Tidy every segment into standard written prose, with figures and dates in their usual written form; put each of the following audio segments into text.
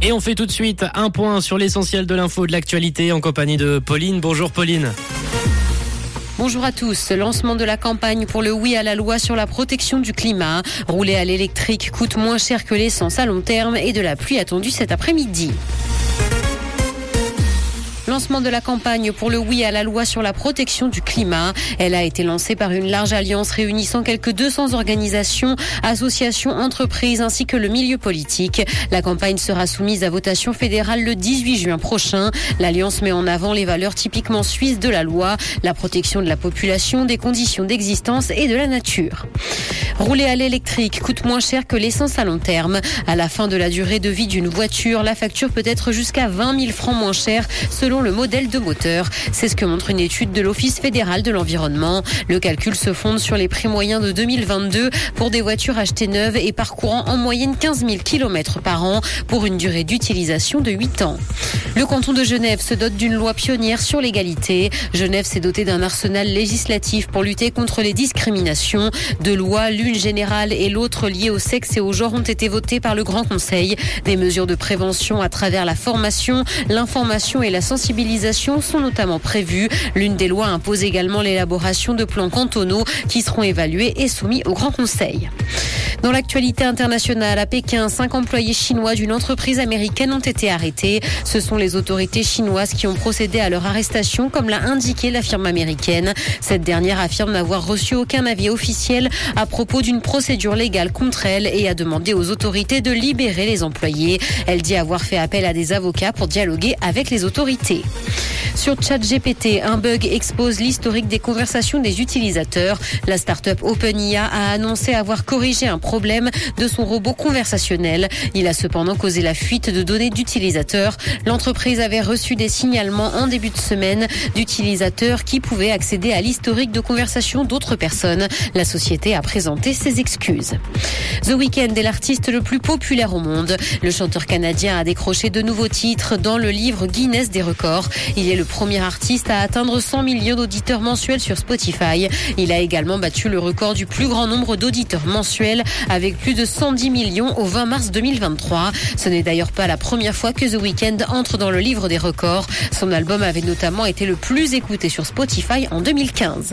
Et on fait tout de suite un point sur l'essentiel de l'info de l'actualité en compagnie de Pauline. Bonjour Pauline. Bonjour à tous. Lancement de la campagne pour le oui à la loi sur la protection du climat. Rouler à l'électrique coûte moins cher que l'essence à long terme et de la pluie attendue cet après-midi. Lancement de la campagne pour le oui à la loi sur la protection du climat. Elle a été lancée par une large alliance réunissant quelques 200 organisations, associations, entreprises ainsi que le milieu politique. La campagne sera soumise à votation fédérale le 18 juin prochain. L'alliance met en avant les valeurs typiquement suisses de la loi, la protection de la population, des conditions d'existence et de la nature. Rouler à l'électrique coûte moins cher que l'essence à long terme. À la fin de la durée de vie d'une voiture, la facture peut être jusqu'à 20 000 francs moins chère selon le modèle de moteur. C'est ce que montre une étude de l'Office fédéral de l'environnement. Le calcul se fonde sur les prix moyens de 2022 pour des voitures achetées neuves et parcourant en moyenne 15 000 km par an pour une durée d'utilisation de 8 ans. Le canton de Genève se dote d'une loi pionnière sur l'égalité. Genève s'est doté d'un arsenal législatif pour lutter contre les discriminations. Deux lois, l'une générale et l'autre liée au sexe et au genre, ont été votées par le Grand Conseil. Des mesures de prévention à travers la formation, l'information et la sensibilisation sont notamment prévues. L'une des lois impose également l'élaboration de plans cantonaux qui seront évalués et soumis au Grand Conseil. Dans l'actualité internationale, à Pékin, 5 employés chinois d'une entreprise américaine ont été arrêtés. Ce sont les autorités chinoises qui ont procédé à leur arrestation, comme l'a indiqué la firme américaine. Cette dernière affirme n'avoir reçu aucun avis officiel à propos d'une procédure légale contre elle et a demandé aux autorités de libérer les employés. Elle dit avoir fait appel à des avocats pour dialoguer avec les autorités. Sur ChatGPT, un bug expose l'historique des conversations des utilisateurs. La start-up OpenIA a annoncé avoir corrigé un problème de son robot conversationnel. Il a cependant causé la fuite de données d'utilisateurs. L'entreprise avait reçu des signalements en début de semaine d'utilisateurs qui pouvaient accéder à l'historique de conversation d'autres personnes. La société a présenté ses excuses. The Weeknd est l'artiste le plus populaire au monde. Le chanteur canadien a décroché de nouveaux titres dans le livre Guinness des records. Il est le premier artiste à atteindre 100 millions d'auditeurs mensuels sur Spotify. Il a également battu le record du plus grand nombre d'auditeurs mensuels avec plus de 110 millions au 20 mars 2023. Ce n'est d'ailleurs pas la première fois que The Weeknd entre dans le livre des records. Son album avait notamment été le plus écouté sur Spotify en 2015.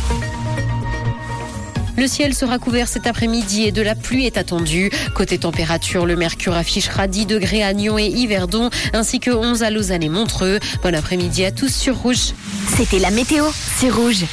Le ciel sera couvert cet après-midi et de la pluie est attendue. Côté température, le mercure affichera 10 degrés à Nyon et Yverdon, ainsi que 11 à Lausanne et Montreux. Bon après-midi à tous sur Rouge. C'était la météo sur Rouge.